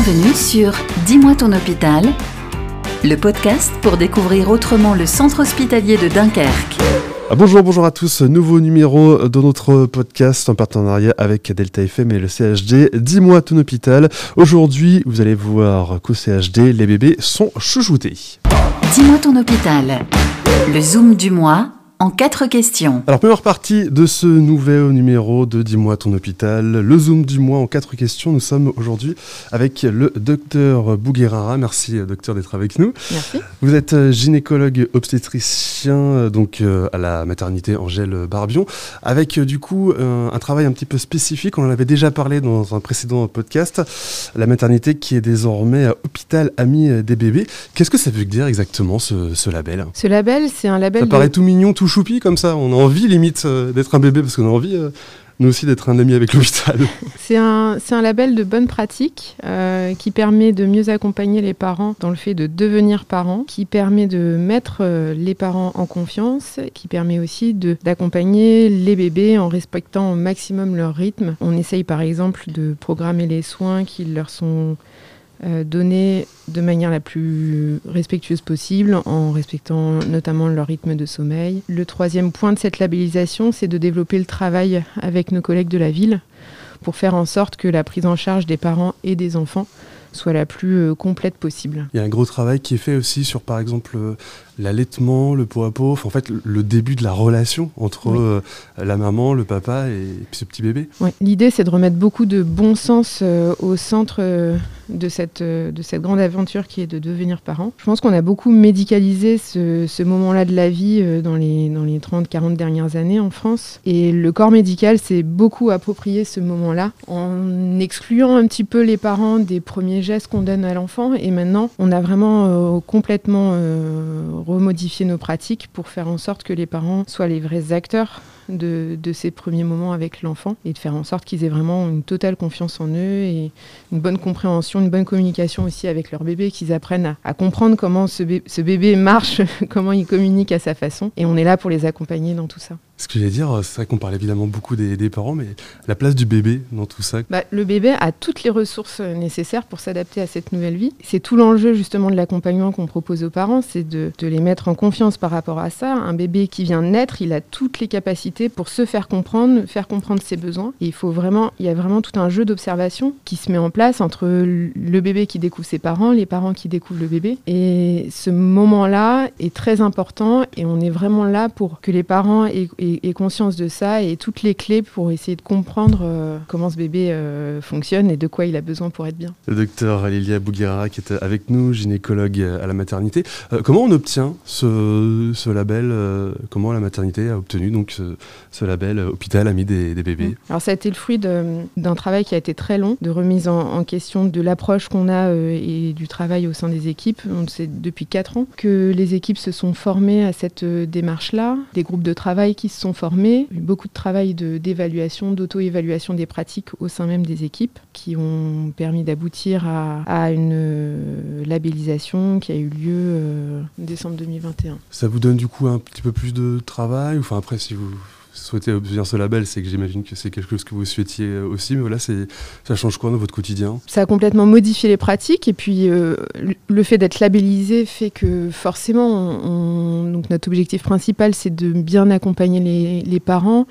Bienvenue sur Dis-moi ton hôpital, le podcast pour découvrir autrement le centre hospitalier de Dunkerque. Bonjour à tous, nouveau numéro de notre podcast en partenariat avec Delta FM et le CHD, Dis-moi ton hôpital. Aujourd'hui, vous allez voir qu'au CHD, les bébés sont chouchoutés. Dis-moi ton hôpital, le Zoom du mois en 4 questions. Alors, première partie de ce nouvel numéro de Dis-moi ton hôpital, le Zoom du mois en 4 questions. Nous sommes aujourd'hui avec le docteur Bouguerara. Merci docteur d'être avec nous. Merci. Vous êtes gynécologue obstétricien donc à la maternité Angèle Barbion, avec du coup un travail un petit peu spécifique. On en avait déjà parlé dans un précédent podcast. La maternité qui est désormais hôpital ami des bébés. Qu'est-ce que ça veut dire exactement ce label ? Ce label, c'est un label. Ça paraît tout mignon, tout choupi comme ça. On a envie limite d'être un bébé parce qu'on a envie. Nous aussi d'être un ami avec l'hôpital. C'est un label de bonne pratique qui permet de mieux accompagner les parents dans le fait de devenir parents, qui permet de mettre les parents en confiance, qui permet aussi d'accompagner les bébés en respectant au maximum leur rythme. On essaye par exemple de programmer les soins qui leur sont donnés de manière la plus respectueuse possible, en respectant notamment leur rythme de sommeil. Le troisième point de cette labellisation, c'est de développer le travail avec nos collègues de la ville pour faire en sorte que la prise en charge des parents et des enfants soit la plus complète possible. Il y a un gros travail qui est fait aussi sur, par exemple, l'allaitement, le pot à pot, en fait, le début de la relation entre la maman, le papa et ce petit bébé. Ouais. L'idée, c'est de remettre beaucoup de bon sens au centre de cette grande aventure qui est de devenir parent. Je pense qu'on a beaucoup médicalisé ce moment-là de la vie dans les 30-40 dernières années en France. Et le corps médical s'est beaucoup approprié ce moment-là en excluant un petit peu les parents des premiers gestes qu'on donne à l'enfant. Et maintenant, on a vraiment complètement remodifié nos pratiques pour faire en sorte que les parents soient les vrais acteurs de ces premiers moments avec l'enfant et de faire en sorte qu'ils aient vraiment une totale confiance en eux et une bonne compréhension, une bonne communication aussi avec leur bébé, qu'ils apprennent à comprendre comment ce bébé marche, comment il communique à sa façon. Et on est là pour les accompagner dans tout ça. Ce que j'allais dire, c'est vrai qu'on parle évidemment beaucoup des parents, mais la place du bébé dans tout ça. Le bébé a toutes les ressources nécessaires pour s'adapter à cette nouvelle vie. C'est tout l'enjeu justement de l'accompagnement qu'on propose aux parents, c'est de les mettre en confiance par rapport à ça. Un bébé qui vient de naître, il a toutes les capacités pour se faire comprendre ses besoins. Et il y a vraiment tout un jeu d'observation qui se met en place entre le bébé qui découvre ses parents, les parents qui découvrent le bébé. Et ce moment-là est très important et on est vraiment là pour que les parents aient conscience de ça et toutes les clés pour essayer de comprendre comment ce bébé fonctionne et de quoi il a besoin pour être bien. Le docteur Lilia Bouguerara qui est avec nous, gynécologue à la maternité. Comment on obtient ce label comment la maternité a obtenu donc ce label hôpital ami des bébés? Alors ça a été le fruit d'un travail qui a été très long, de remise en question de l'approche qu'on a et du travail au sein des équipes. On sait depuis 4 ans que les équipes se sont formées à cette démarche-là, des groupes de travail qui se sont formés, beaucoup de travail d'évaluation, d'auto-évaluation des pratiques au sein même des équipes qui ont permis d'aboutir à une labellisation qui a eu lieu en décembre 2021. Ça vous donne du coup un petit peu plus de travail? Enfin après, si vous souhaitez obtenir ce label, c'est que j'imagine que c'est quelque chose que vous souhaitiez aussi, mais voilà, ça change quoi dans votre quotidien? Ça a complètement modifié les pratiques et puis le fait d'être labellisé fait que forcément, donc notre objectif principal, c'est de bien accompagner les parents,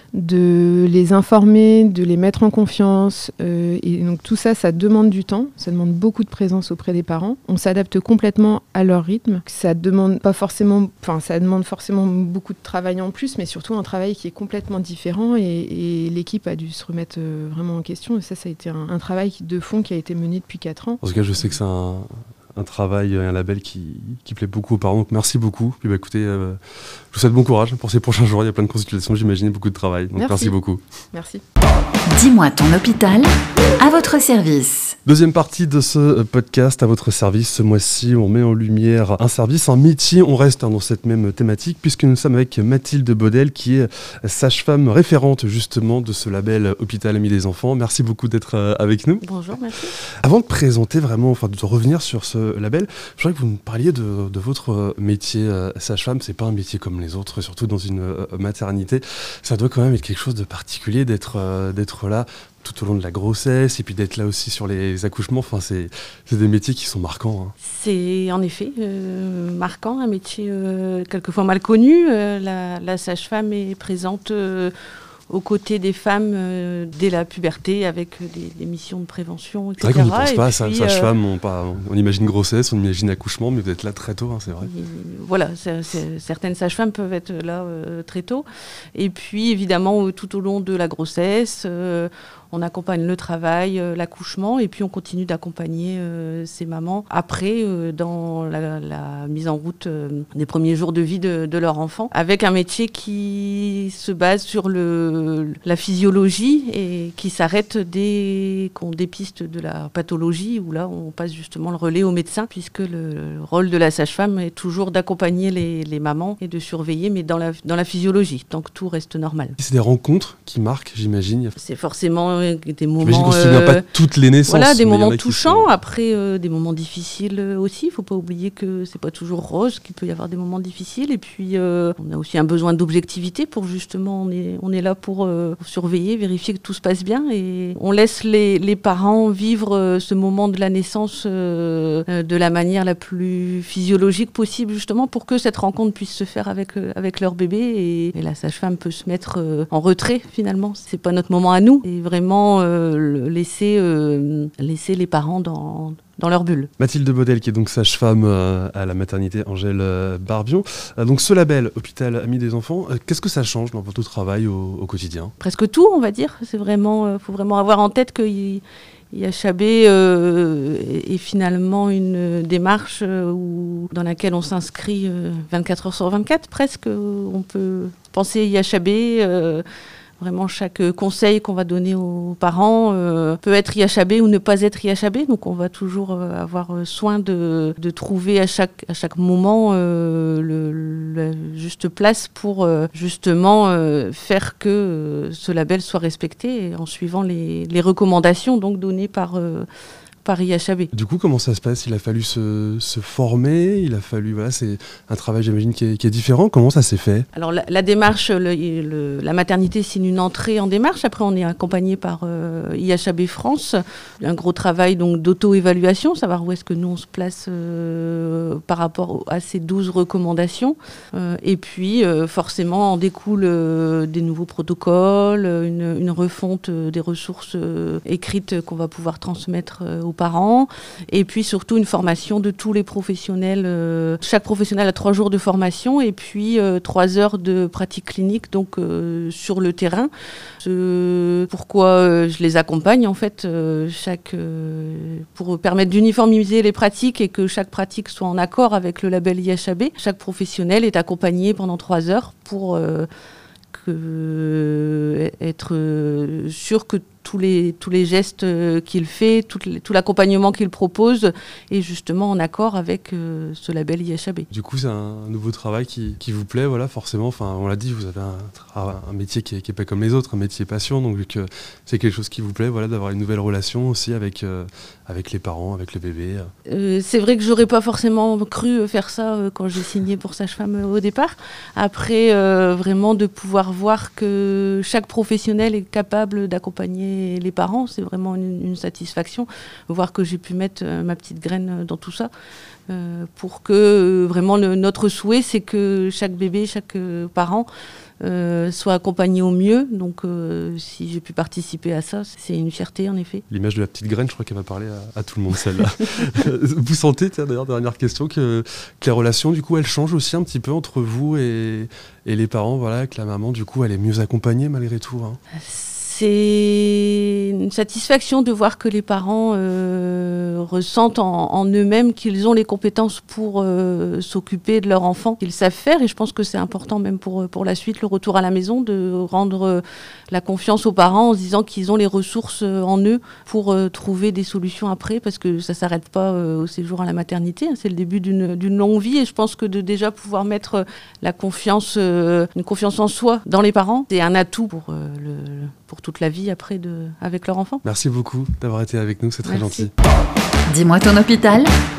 de les informer, de les mettre en confiance. Et donc tout ça, ça demande du temps, ça demande beaucoup de présence auprès des parents. On s'adapte complètement à leur rythme. Ça demande forcément beaucoup de travail en plus, mais surtout un travail qui est complètement différent et l'équipe a dû se remettre vraiment en question. Et ça a été un travail de fond qui a été mené depuis 4 ans. En tout cas, je sais que c'est un travail, un label qui plaît beaucoup aux parents. Donc merci beaucoup. Puis écoutez, je vous souhaite bon courage pour ces prochains jours. Il y a plein de consultations, j'imagine, et beaucoup de travail. Donc merci beaucoup. Merci. Dis-moi ton hôpital, à votre service. Deuxième partie de ce podcast, à votre service. Ce mois-ci, on met en lumière un service, un métier. On reste dans cette même thématique puisque nous sommes avec Mathilde Baudel qui est sage-femme référente justement de ce label Hôpital Ami des Enfants. Merci beaucoup d'être avec nous. Bonjour, merci. Avant de présenter vraiment, de revenir sur ce label, je voudrais que vous me parliez de votre métier sage-femme. C'est pas un métier comme les autres, surtout dans une maternité. Ça doit quand même être quelque chose de particulier d'être d'être là tout au long de la grossesse et puis d'être là aussi sur les accouchements. Enfin, c'est des métiers qui sont marquants. Hein. C'est en effet marquant, un métier quelquefois mal connu. La sage-femme est présente aux côtés des femmes dès la puberté avec des missions de prévention, etc. C'est vrai qu'on n'y pense pas, sage-femme, on imagine grossesse, on imagine accouchement, mais vous êtes là très tôt, hein, c'est vrai. Voilà, certaines sages-femmes peuvent être là très tôt. Et puis évidemment, tout au long de la grossesse, on accompagne le travail, l'accouchement, et puis on continue d'accompagner ces mamans après dans la mise en route des premiers jours de vie de leur enfant, avec un métier qui se base sur la physiologie et qui s'arrête dès qu'on dépiste de la pathologie, où là on passe justement le relais au médecin, puisque le rôle de la sage-femme est toujours d'accompagner les mamans et de surveiller, mais dans la physiologie, tant que tout reste normal. C'est des rencontres qui marquent, j'imagine. C'est forcément des moments... J'imagine qu'on ne se souvient pas toutes les naissances. Voilà, des moments touchants, après des moments difficiles aussi. Il ne faut pas oublier que ce n'est pas toujours rose, qu'il peut y avoir des moments difficiles. Et puis, on a aussi un besoin d'objectivité pour justement, on est là pour surveiller, vérifier que tout se passe bien. Et on laisse les parents vivre ce moment de la naissance de la manière la plus physiologique possible, justement, pour que cette rencontre puisse se faire avec leur bébé. Et la sage-femme peut se mettre en retrait, finalement. Ce n'est pas notre moment à nous. Et vraiment laisser les parents dans leur bulle. Mathilde Baudel, qui est donc sage-femme à la maternité Angèle Barbion. Donc ce label, Hôpital Ami des enfants, qu'est-ce que ça change dans votre travail au quotidien ? Presque tout, on va dire. C'est vraiment, faut vraiment avoir en tête que IHAB est finalement une démarche dans laquelle on s'inscrit 24 heures sur 24, presque. On peut penser IHAB... Vraiment, chaque conseil qu'on va donner aux parents peut être IHAB ou ne pas être IHAB. Donc, on va toujours avoir soin de trouver à chaque moment la juste place pour justement faire que ce label soit respecté en suivant les recommandations donc, données par IHAB. Du coup, comment ça se passe ? Il a fallu se former, voilà, c'est un travail, j'imagine, qui est différent. Comment ça s'est fait ? Alors, la démarche, la maternité signe une entrée en démarche. Après, on est accompagné par IHAB France. Un gros travail donc, d'auto-évaluation, savoir où est-ce que nous, on se place par rapport à ces 12 recommandations. Et puis, forcément, en découle des nouveaux protocoles, une refonte des ressources écrites qu'on va pouvoir transmettre aux parents, et puis surtout une formation de tous les professionnels. Chaque professionnel a 3 jours de formation et puis 3 heures de pratique clinique donc sur le terrain. Pourquoi je les accompagne en fait pour permettre d'uniformiser les pratiques et que chaque pratique soit en accord avec le label IHAB. Chaque professionnel est accompagné pendant 3 heures pour être sûr que tous les gestes qu'il fait, tout l'accompagnement qu'il propose est justement en accord avec ce label IHAB. Du coup, c'est un nouveau travail qui vous plaît, voilà, forcément. Enfin, on l'a dit, vous avez un métier qui est pas comme les autres, un métier passion. Donc, vu que c'est quelque chose qui vous plaît, voilà, d'avoir une nouvelle relation aussi avec les parents, avec le bébé. C'est vrai que j'aurais pas forcément cru faire ça quand j'ai signé pour sage-femme au départ. Après, vraiment de pouvoir voir que chaque professionnel est capable d'accompagner les parents, c'est vraiment une satisfaction. Voir que j'ai pu mettre ma petite graine dans tout ça. Pour que vraiment notre souhait, c'est que chaque bébé, chaque parent soit accompagné au mieux. Donc si j'ai pu participer à ça, c'est une fierté en effet. L'image de la petite graine, je crois qu'elle va parler à tout le monde celle-là. Vous sentez, d'ailleurs, dernière question, que les relations, du coup, elles changent aussi un petit peu entre vous et les parents, voilà, que la maman, du coup, elle est mieux accompagnée malgré tout, hein. C'est une satisfaction de voir que les parents ressentent en eux-mêmes qu'ils ont les compétences pour s'occuper de leur enfant, qu'ils savent faire. Et je pense que c'est important même pour la suite, le retour à la maison, de rendre la confiance aux parents en se disant qu'ils ont les ressources en eux pour trouver des solutions après, parce que ça ne s'arrête pas au séjour à la maternité. C'est le début d'une longue vie. Et je pense que de déjà pouvoir mettre une confiance en soi dans les parents, c'est un atout pour toute la vie après avec leur enfant. Merci beaucoup d'avoir été avec nous, c'est très gentil. Dis-moi ton hôpital,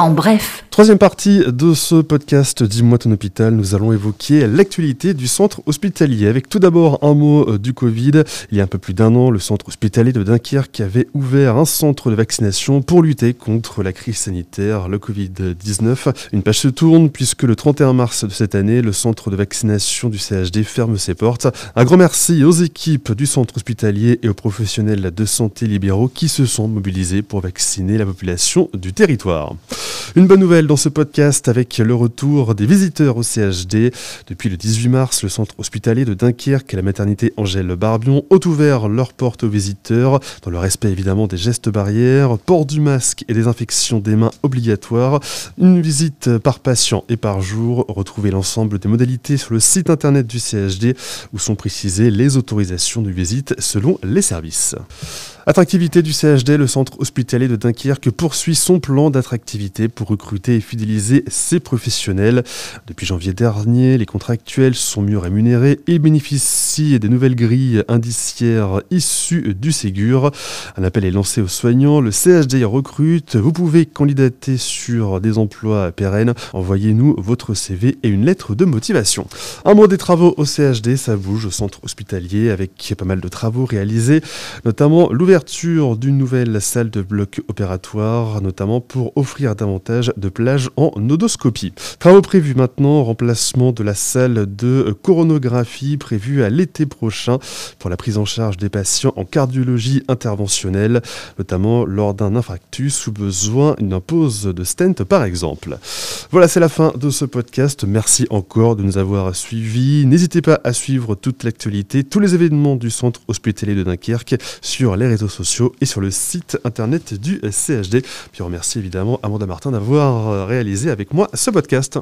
En bref. Troisième partie de ce podcast Dis-moi ton hôpital, nous allons évoquer l'actualité du centre hospitalier. Avec tout d'abord un mot du Covid. Il y a un peu plus d'un an, le centre hospitalier de Dunkerque avait ouvert un centre de vaccination pour lutter contre la crise sanitaire, le Covid-19. Une page se tourne puisque le 31 mars de cette année, le centre de vaccination du CHD ferme ses portes. Un grand merci aux équipes du centre hospitalier et aux professionnels de santé libéraux qui se sont mobilisés pour vacciner la population du territoire. Une bonne nouvelle dans ce podcast avec le retour des visiteurs au CHD. Depuis le 18 mars, le centre hospitalier de Dunkerque et la maternité Angèle Barbion ont ouvert leurs portes aux visiteurs, dans le respect évidemment des gestes barrières, port du masque et désinfection des mains obligatoire. Une visite par patient et par jour. Retrouvez l'ensemble des modalités sur le site internet du CHD où sont précisées les autorisations de visite selon les services. Attractivité du CHD, le centre hospitalier de Dunkerque poursuit son plan d'attractivité pour recruter et fidéliser ses professionnels. Depuis janvier dernier, les contractuels sont mieux rémunérés et bénéficient des nouvelles grilles indiciaires issues du Ségur. Un appel est lancé aux soignants, le CHD recrute, vous pouvez candidater sur des emplois pérennes. Envoyez-nous votre CV et une lettre de motivation. Un mot des travaux au CHD, ça bouge au centre hospitalier avec pas mal de travaux réalisés, notamment l'ouverture d'une nouvelle salle de bloc opératoire, notamment pour offrir davantage de plages en odoscopie. Travaux prévus maintenant, remplacement de la salle de coronographie prévue à l'été prochain pour la prise en charge des patients en cardiologie interventionnelle, notamment lors d'un infarctus ou besoin d'une pose de stent par exemple. Voilà, c'est la fin de ce podcast. Merci encore de nous avoir suivis. N'hésitez pas à suivre toute l'actualité, tous les événements du centre hospitalier de Dunkerque sur les réseaux sociaux et sur le site internet du CHD. Puis on remercie évidemment Amanda Martin d'avoir réalisé avec moi ce podcast.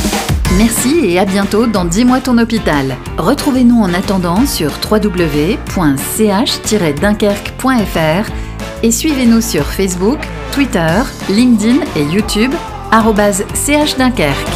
Merci et à bientôt dans Dis-moi ton hôpital. Retrouvez-nous en attendant sur www.ch-dunkerque.fr et suivez-nous sur Facebook, Twitter, LinkedIn et YouTube @CHDunkerque.